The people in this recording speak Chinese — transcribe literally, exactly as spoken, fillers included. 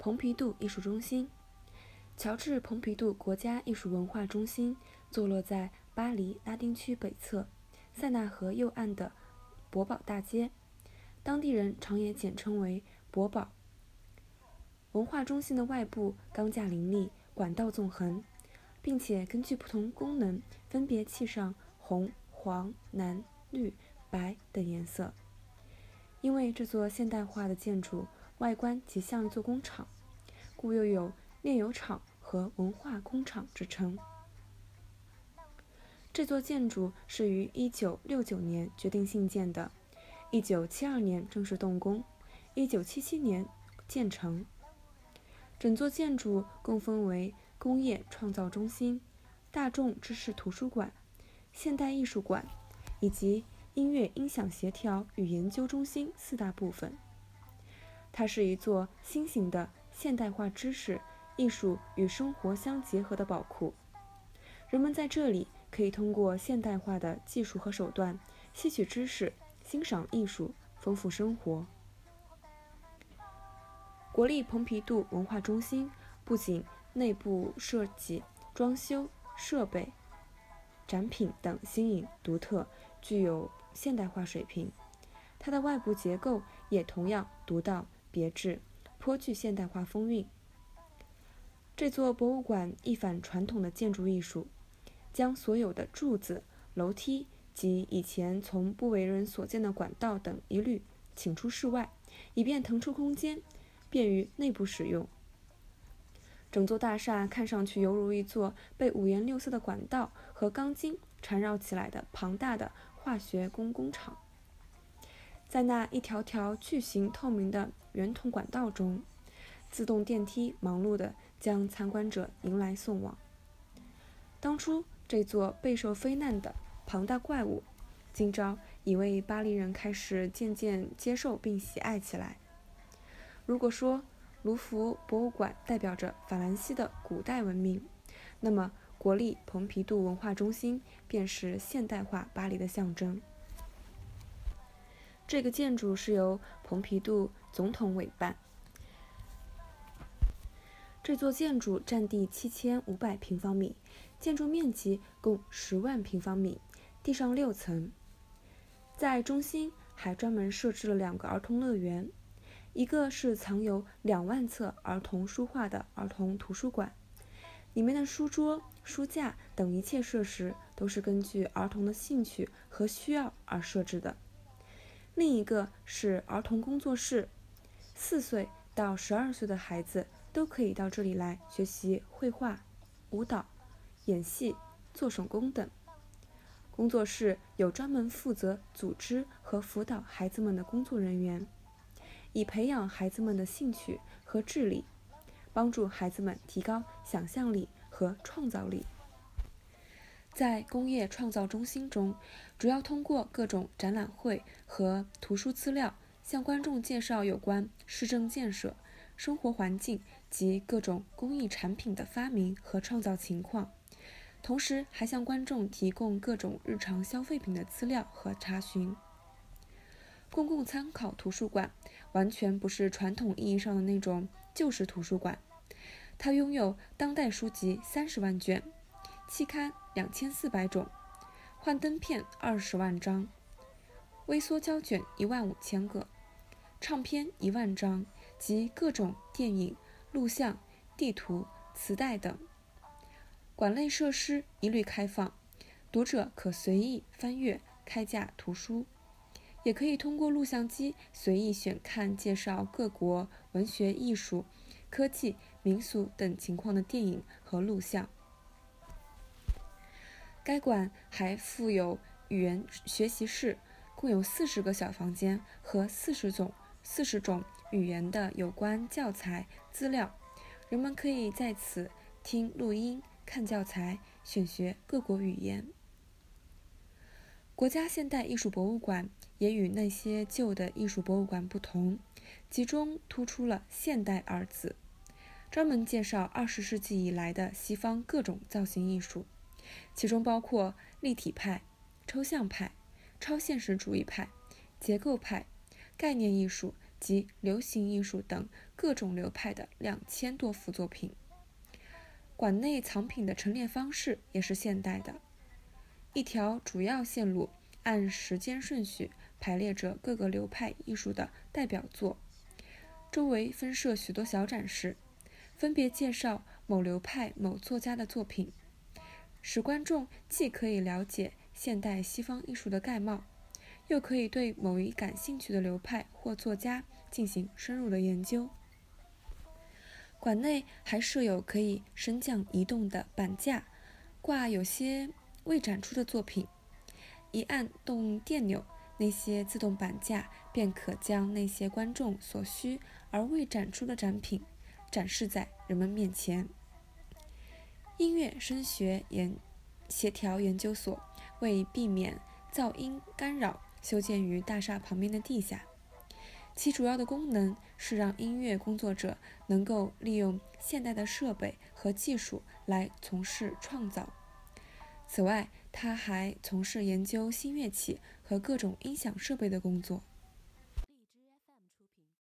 蓬皮杜艺术中心。乔治·蓬皮杜国家艺术文化中心坐落在巴黎拉丁区北侧塞纳河右岸的博宝大街，当地人常也简称为博宝。文化中心的外部钢架林立，管道纵横，并且根据不同功能分别漆上红、黄、蓝、绿、白等颜色。因为这座现代化的建筑外观极像一座工厂，故又有炼油厂和文化工厂之称。这座建筑是于一九六九年决定兴建的，一九七二年正式动工，一九七七年建成。整座建筑共分为工业创造中心、大众知识图书馆、现代艺术馆以及音乐音响协调与研究中心四大部分。它是一座新型的现代化知识、艺术与生活相结合的宝库。人们在这里可以通过现代化的技术和手段吸取知识、欣赏艺术、丰富生活。国立蓬皮杜文化中心不仅内部设计、装修、设备、展品等新颖独特，具有现代化水平，它的外部结构也同样独到别致，颇具现代化风韵。这座博物馆一反传统的建筑艺术，将所有的柱子、楼梯及以前从不为人所见的管道等一律请出室外，以便腾出空间，便于内部使用。整座大厦看上去犹如一座被五颜六色的管道和钢筋缠绕起来的庞大的化学工工厂。在那一条条巨型透明的圆筒管道中，自动电梯忙碌地将参观者迎来送往。当初这座备受非难的庞大怪物，今朝已为巴黎人开始渐渐接受并喜爱起来。如果说卢浮博物馆代表着法兰西的古代文明，那么国立蓬皮杜文化中心便是现代化巴黎的象征。这个建筑是由蓬皮杜总统委办。这座建筑占地七千五百平方米，建筑面积共十万平方米，地上六层。在中心还专门设置了两个儿童乐园，一个是藏有两万册儿童书画的儿童图书馆，里面的书桌、书架等一切设施都是根据儿童的兴趣和需要而设置的。另一个是儿童工作室，四岁到十二岁的孩子都可以到这里来学习绘画、舞蹈、演戏、做手工等。工作室有专门负责组织和辅导孩子们的工作人员，以培养孩子们的兴趣和智力，帮助孩子们提高想象力和创造力。在工业创造中心中，主要通过各种展览会和图书资料，向观众介绍有关市政建设、生活环境及各种工艺产品的发明和创造情况，同时还向观众提供各种日常消费品的资料和查询。公共参考图书馆完全不是传统意义上的那种旧式图书馆，它拥有当代书籍三十万卷，期刊两千四百种，幻灯片二十万张，微缩胶卷一万五千个，唱片一万张及各种电影、录像、地图、磁带等。馆内设施一律开放，读者可随意翻阅开架图书，也可以通过录像机随意选看介绍各国文学、艺术、科技、民俗等情况的电影和录像。该馆还附有语言学习室，共有四十个小房间和四十种四十种语言的有关教材资料，人们可以在此听录音、看教材，选学各国语言。国家现代艺术博物馆也与那些旧的艺术博物馆不同，其中突出了现代二字，专门介绍二十世纪以来的西方各种造型艺术，其中包括立体派、抽象派、超现实主义派、结构派、概念艺术及流行艺术等各种流派的两千多幅作品。馆内藏品的陈列方式也是现代的，一条主要线路按时间顺序排列着各个流派艺术的代表作，周围分设许多小展示，分别介绍某流派某作家的作品，使观众既可以了解现代西方艺术的概貌，又可以对某一感兴趣的流派或作家进行深入的研究。馆内还设有可以升降移动的板架，挂有些未展出的作品，一按动电钮，那些自动板架便可将那些观众所需而未展出的展品展示在人们面前。音乐声学研协调研究所为避免噪音干扰，修建于大厦旁边的地下，其主要的功能是让音乐工作者能够利用现代的设备和技术来从事创造。此外，他还从事研究新乐器和各种音响设备的工作。